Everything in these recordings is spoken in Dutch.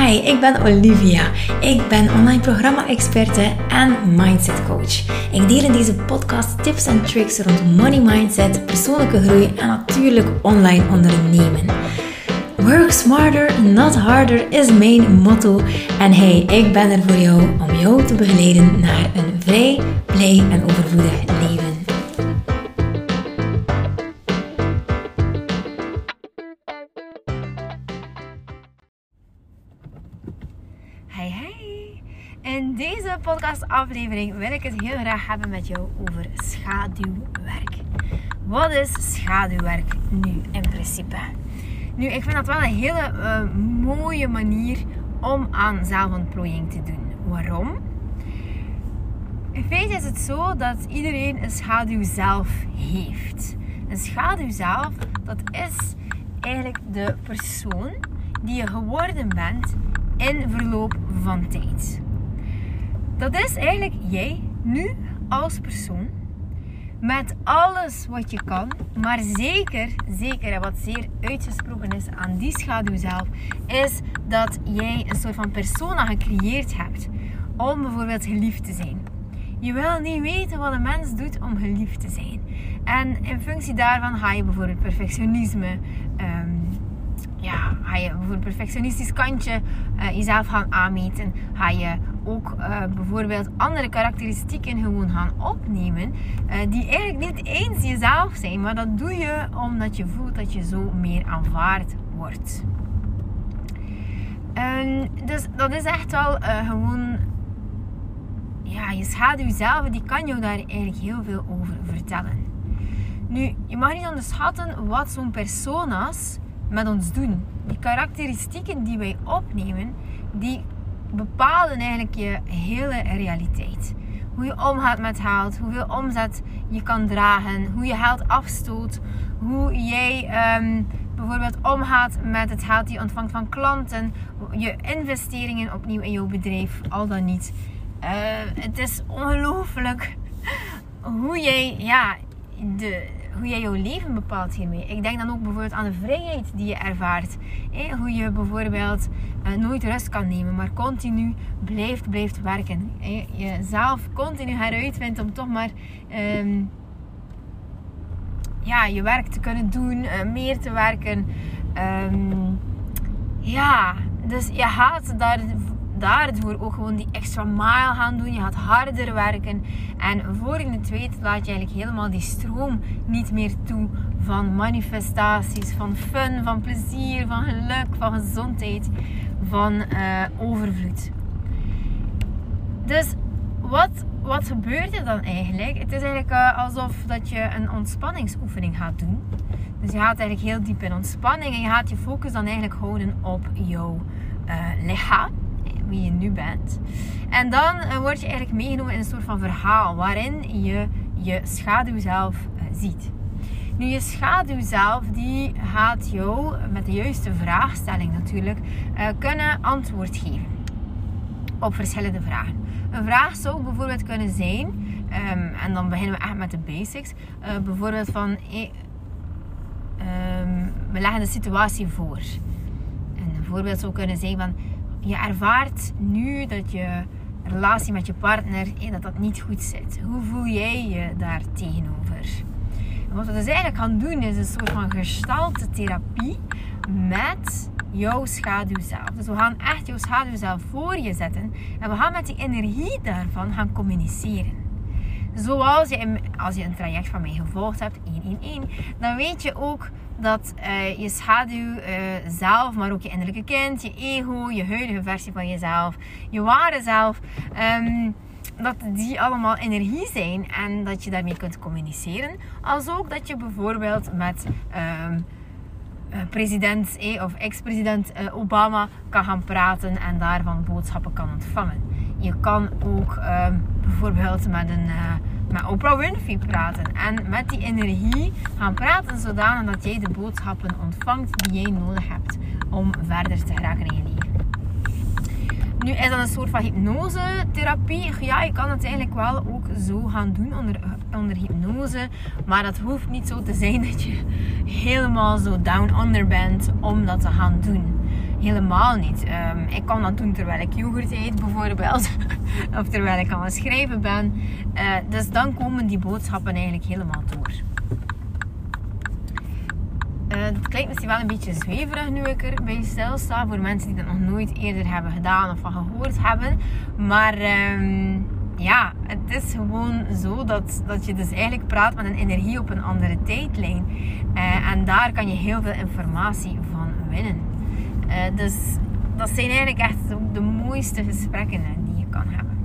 Hi, ik ben Olivia. Ik ben online programma-experte en mindset coach. Ik deel in deze podcast tips en tricks rond money mindset, persoonlijke groei en natuurlijk online ondernemen. Work smarter, not harder is mijn motto. En hey, ik ben er voor jou om jou te begeleiden naar een vrij, blij en overvloedig leven. Hey. In deze podcastaflevering wil ik het heel graag hebben met jou over schaduwwerk. Wat is schaduwwerk nu in principe? Nu, ik vind dat wel een hele mooie manier om aan zelfontplooiing te doen. Waarom? In feite is het zo dat iedereen een schaduw zelf heeft. Een schaduw zelf, dat is eigenlijk de persoon die je geworden bent in verloop van tijd. Dat is eigenlijk jij, nu als persoon, met alles wat je kan, maar zeker en wat zeer uitgesproken is aan die schaduw zelf, is dat jij een soort van persona gecreëerd hebt om bijvoorbeeld geliefd te zijn. Je wil niet weten wat een mens doet om geliefd te zijn. En in functie daarvan ga je bijvoorbeeld perfectionisme, ga je bijvoorbeeld perfectionistisch kantje jezelf gaan aanmeten. Ga je ook bijvoorbeeld andere karakteristieken gewoon gaan opnemen. Die eigenlijk niet eens jezelf zijn. Maar dat doe je omdat je voelt dat je zo meer aanvaard wordt. Dus dat is echt wel gewoon... Ja, je schaduw zelf, die kan jou daar eigenlijk heel veel over vertellen. Nu, je mag niet onderschatten wat zo'n persona's met ons doen. Die karakteristieken die wij opnemen, die bepalen eigenlijk je hele realiteit. Hoe je omgaat met geld, hoeveel omzet je kan dragen, hoe je geld afstoot, hoe jij bijvoorbeeld omgaat met het geld die je ontvangt van klanten, je investeringen opnieuw in jouw bedrijf, al dan niet. Het is ongelooflijk hoe jij jouw leven bepaalt hiermee. Ik denk dan ook bijvoorbeeld aan de vrijheid die je ervaart. Hoe je bijvoorbeeld nooit rust kan nemen, maar continu blijft werken. Jezelf continu heruitvindt om toch maar je werk te kunnen doen, meer te werken. Dus je gaat daardoor ook gewoon die extra mile gaan doen. Je gaat harder werken. En voor je het weet laat je eigenlijk helemaal die stroom niet meer toe van manifestaties, van fun, van plezier, van geluk, van gezondheid, van overvloed. Dus wat gebeurt er dan eigenlijk? Het is eigenlijk alsof dat je een ontspanningsoefening gaat doen. Dus je gaat eigenlijk heel diep in ontspanning en je gaat je focus dan eigenlijk houden op jouw lichaam. Wie je nu bent. En dan word je eigenlijk meegenomen in een soort van verhaal waarin je je schaduw zelf ziet. Nu, je schaduw zelf die gaat jou met de juiste vraagstelling natuurlijk kunnen antwoord geven op verschillende vragen. Een vraag zou bijvoorbeeld kunnen zijn, en dan beginnen we echt met de basics, bijvoorbeeld van we leggen de situatie voor. Een voorbeeld zou kunnen zijn van je ervaart nu dat je relatie met je partner, dat niet goed zit. Hoe voel jij je daar tegenover? En wat we dus eigenlijk gaan doen is een soort van gestalte therapie met jouw schaduw zelf. Dus we gaan echt jouw schaduw zelf voor je zetten en we gaan met die energie daarvan gaan communiceren. Zoals als je een traject van mij gevolgd hebt, 111, dan weet je ook dat je schaduw zelf, maar ook je innerlijke kind, je ego, je huidige versie van jezelf, je ware zelf, dat die allemaal energie zijn en dat je daarmee kunt communiceren. Als ook dat je bijvoorbeeld met president of ex-president Obama kan gaan praten en daarvan boodschappen kan ontvangen. Je kan ook bijvoorbeeld met Oprah Winfrey praten en met die energie gaan praten zodanig dat jij de boodschappen ontvangt die jij nodig hebt om verder te geraken in je leven. Nu is dat een soort van hypnose-therapie. Ja, je kan het eigenlijk wel ook zo gaan doen onder hypnose. Maar dat hoeft niet zo te zijn dat je helemaal zo down under bent om dat te gaan doen. helemaal niet. Ik kan dat doen terwijl ik yoghurt eet bijvoorbeeld. Of terwijl ik aan het schrijven ben. Dus dan komen die boodschappen eigenlijk helemaal door. Dat klinkt misschien wel een beetje zweverig nu ik erbij stilsta. Voor mensen die dat nog nooit eerder hebben gedaan of van gehoord hebben. Maar ja, het is gewoon zo dat je dus eigenlijk praat met een energie op een andere tijdlijn. En daar kan je heel veel informatie van winnen. Dus dat zijn eigenlijk echt de mooiste gesprekken die je kan hebben.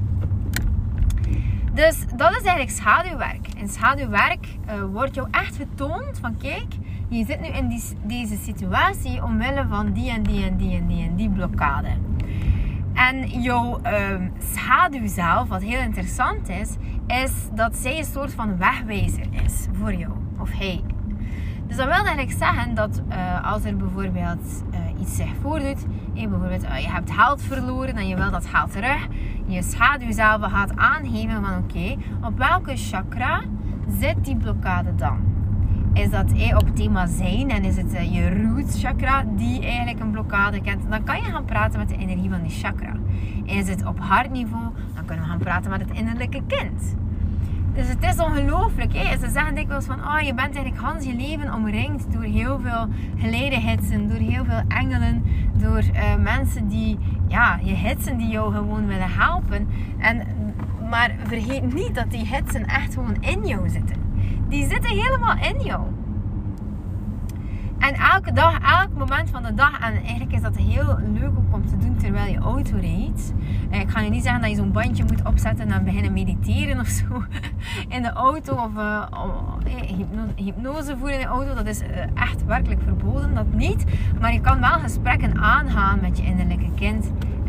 Dus dat is eigenlijk schaduwwerk. In schaduwwerk wordt jou echt getoond van kijk, je zit nu in deze situatie omwille van die en die en die en die en die blokkade. En jouw schaduw zelf, wat heel interessant is dat zij een soort van wegwijzer is voor jou. Of hij. Dus dat wil eigenlijk zeggen dat als er bijvoorbeeld iets zich voordoet, bijvoorbeeld je hebt geld verloren en je wil dat geld terug, je schaduw zelf gaat aangeven van oké, op welke chakra zit die blokkade dan? Is dat op thema zijn en is het je root chakra die eigenlijk een blokkade kent? Dan kan je gaan praten met de energie van die chakra. Is het op hartniveau? Dan kunnen we gaan praten met het innerlijke kind. Dus het is ongelooflijk. Ze zeggen dikwijls van je bent eigenlijk Hans je leven omringd door heel veel geleidehidsen, door heel veel engelen, door mensen die je hitsen die jou gewoon willen helpen. Maar vergeet niet dat die hitsen echt gewoon in jou zitten. Die zitten helemaal in jou. En elke dag, elk moment van de dag. En eigenlijk is dat heel leuk ook om te doen terwijl je auto rijdt. Ik ga je niet zeggen dat je zo'n bandje moet opzetten en beginnen mediteren of zo. In de auto. Of hypnose voeren in de auto. Dat is echt werkelijk verboden. Dat niet. Maar je kan wel gesprekken aangaan met je innerlijke kind.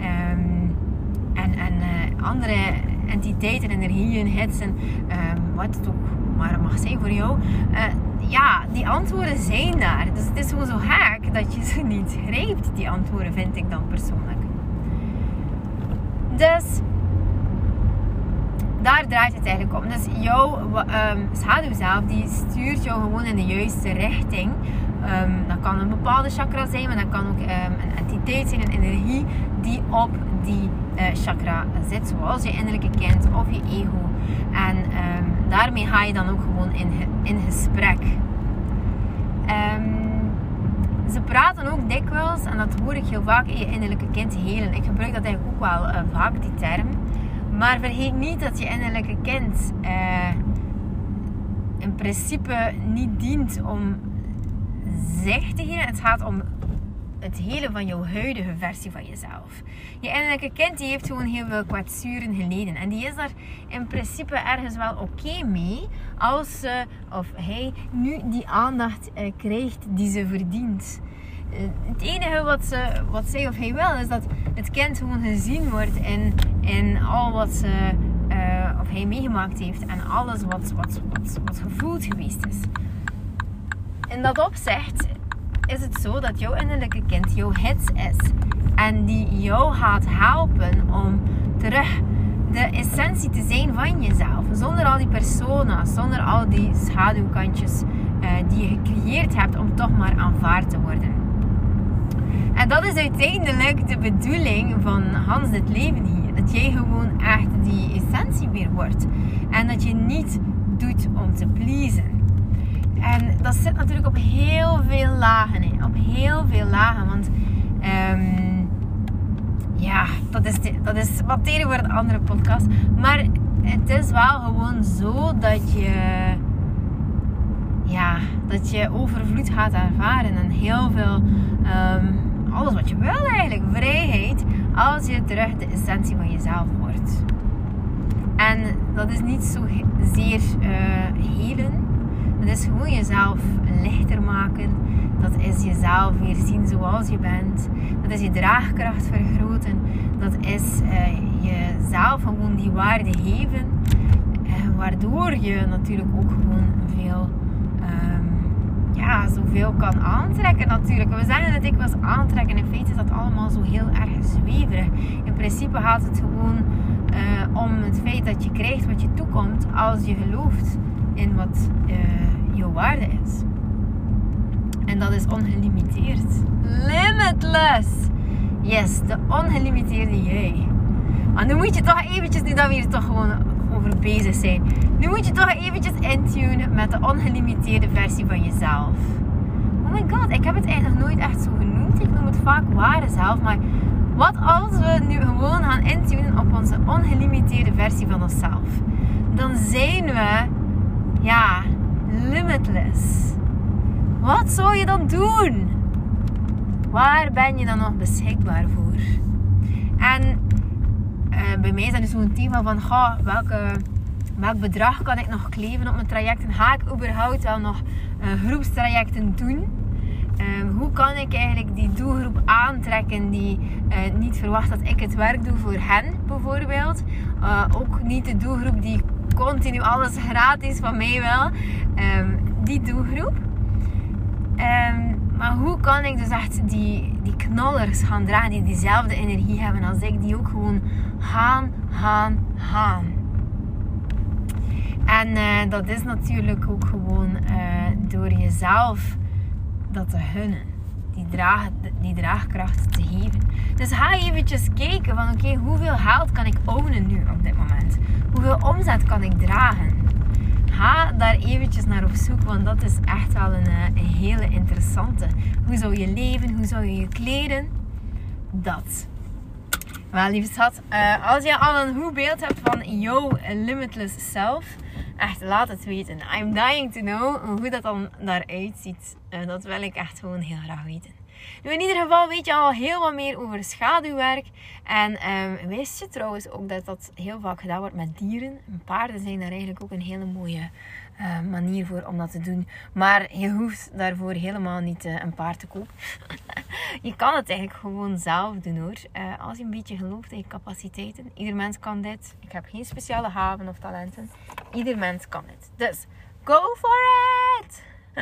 En andere entiteiten, energieën, hitsen. Wat het ook maar mag zijn voor jou. Die antwoorden zijn daar. Dus het is gewoon zo gek dat je ze niet grijpt, die antwoorden, vind ik dan persoonlijk. Dus daar draait het eigenlijk om. Dus jouw schaduw zelf, die stuurt jou gewoon in de juiste richting. Dat kan een bepaalde chakra zijn, maar dat kan ook een entiteit zijn, een energie die op die chakra zit. Zoals je innerlijke kind of je ego. En daarmee ga je dan ook gewoon in gesprek. Ze praten ook dikwijls, en dat hoor ik heel vaak, in je innerlijke kind helen. Ik gebruik dat eigenlijk ook wel vaak, die term. Maar vergeet niet dat je innerlijke kind in principe niet dient om zich te helen. Het gaat om het helen van jouw huidige versie van jezelf. Je innerlijke kind die heeft gewoon heel veel kwetsuren geleden. En die is daar in principe ergens wel oké mee. Als ze of hij nu die aandacht krijgt die ze verdient. Het enige wat zij of hij wil is dat het kind gewoon gezien wordt in al wat ze of hij meegemaakt heeft. En alles wat gevoeld geweest is. In dat opzicht is het zo dat jouw innerlijke kind jouw gids is. En die jou gaat helpen om terug de essentie te zijn van jezelf. Zonder al die persona's, zonder al die schaduwkantjes die je gecreëerd hebt om toch maar aanvaard te worden. En dat is uiteindelijk de bedoeling van Hans dit leven hier. Dat jij gewoon echt die essentie weer wordt. En dat je niet doet om te pleasen. En dat zit natuurlijk op heel veel lagen. Op heel veel lagen. Want dat is materie voor een andere podcast. Maar het is wel gewoon zo dat je overvloed gaat ervaren. En heel veel, alles wat je wil eigenlijk. Vrijheid. Als je terug de essentie van jezelf wordt. En dat is niet zozeer helen. Dat is gewoon jezelf lichter maken. Dat is jezelf weer zien zoals je bent. Dat is je draagkracht vergroten. Dat is jezelf gewoon die waarde geven. Waardoor je natuurlijk ook gewoon veel, zoveel kan aantrekken natuurlijk. We zeggen dat ik was aantrekken. In feite is dat allemaal zo heel erg zweverig. In principe gaat het gewoon om het feit dat je krijgt wat je toekomt als je gelooft in wat jouw waarde is. En dat is ongelimiteerd. Limitless! Yes, de ongelimiteerde jij. Maar nu moet je toch eventjes, nu dat we hier toch gewoon over bezig zijn. Nu moet je toch eventjes intunen met de ongelimiteerde versie van jezelf. Oh my god, ik heb het eigenlijk nog nooit echt zo genoemd. Ik noem het vaak ware zelf. Maar wat als we nu gewoon gaan intunen op onze ongelimiteerde versie van onszelf? Dan zijn we, limitless. Wat zou je dan doen? Waar ben je dan nog beschikbaar voor? En bij mij is dat dus zo'n thema van, welk bedrag kan ik nog kleven op mijn trajecten? Ga ik überhaupt wel nog groepstrajecten doen? Hoe kan ik eigenlijk die doelgroep aantrekken die niet verwacht dat ik het werk doe voor hen bijvoorbeeld? Ook niet de doelgroep die continu alles gratis van mij wil. Die doelgroep. Maar hoe kan ik dus echt die knollers gaan dragen die diezelfde energie hebben als ik, die ook gewoon gaan. En dat is natuurlijk ook gewoon door jezelf dat te gunnen. Die draagkracht te geven. Dus ga eventjes kijken van oké, hoeveel geld kan ik ownen nu op dit moment? Hoeveel omzet kan ik dragen? Ga daar eventjes naar op zoek, want dat is echt wel een hele interessante. Hoe zou je leven? Hoe zou je je kleden? Dat. Wel, lieve schat, als je al een goed beeld hebt van jouw limitless self, echt laat het weten. I'm dying to know hoe dat dan daaruit ziet. Dat wil ik echt gewoon heel graag weten. Nu, in ieder geval weet je al heel wat meer over schaduwwerk. En wist je trouwens ook dat dat heel vaak gedaan wordt met dieren. Paarden zijn daar eigenlijk ook een hele mooie manier voor om dat te doen. Maar je hoeft daarvoor helemaal niet een paard te kopen. Je kan het eigenlijk gewoon zelf doen hoor. Als je een beetje gelooft in je capaciteiten. Ieder mens kan dit. Ik heb geen speciale gaven of talenten. Ieder mens kan dit. Dus, go for it!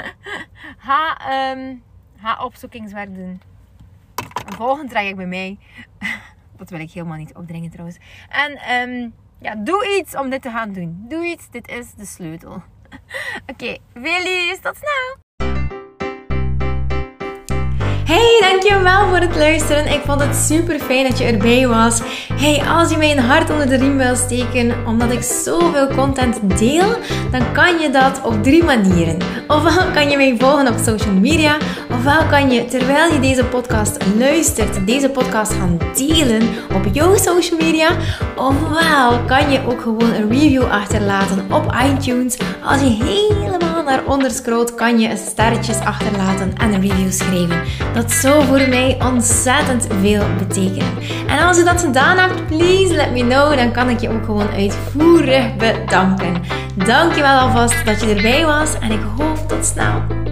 Ga opzoekingswerk doen. Een volgend traject bij mij. Dat wil ik helemaal niet opdringen trouwens. En doe iets om dit te gaan doen. Doe iets, dit is de sleutel. Oké, veel liefs, tot snel! Hey, dankjewel voor het luisteren. Ik vond het super fijn dat je erbij was. Hey, als je mij een hart onder de riem wil steken, omdat ik zoveel content deel, dan kan je dat op 3 manieren. Ofwel kan je mij volgen op social media, ofwel kan je, terwijl je deze podcast luistert, deze podcast gaan delen op jouw social media, ofwel kan je ook gewoon een review achterlaten op iTunes. Als je helemaal naar onder scrolt, kan je sterretjes achterlaten en een review schrijven. Dat zou voor mij ontzettend veel betekenen. En als je dat gedaan hebt, please let me know. Dan kan ik je ook gewoon uitvoerig bedanken. Dankjewel alvast dat je erbij was. En ik hoop tot snel.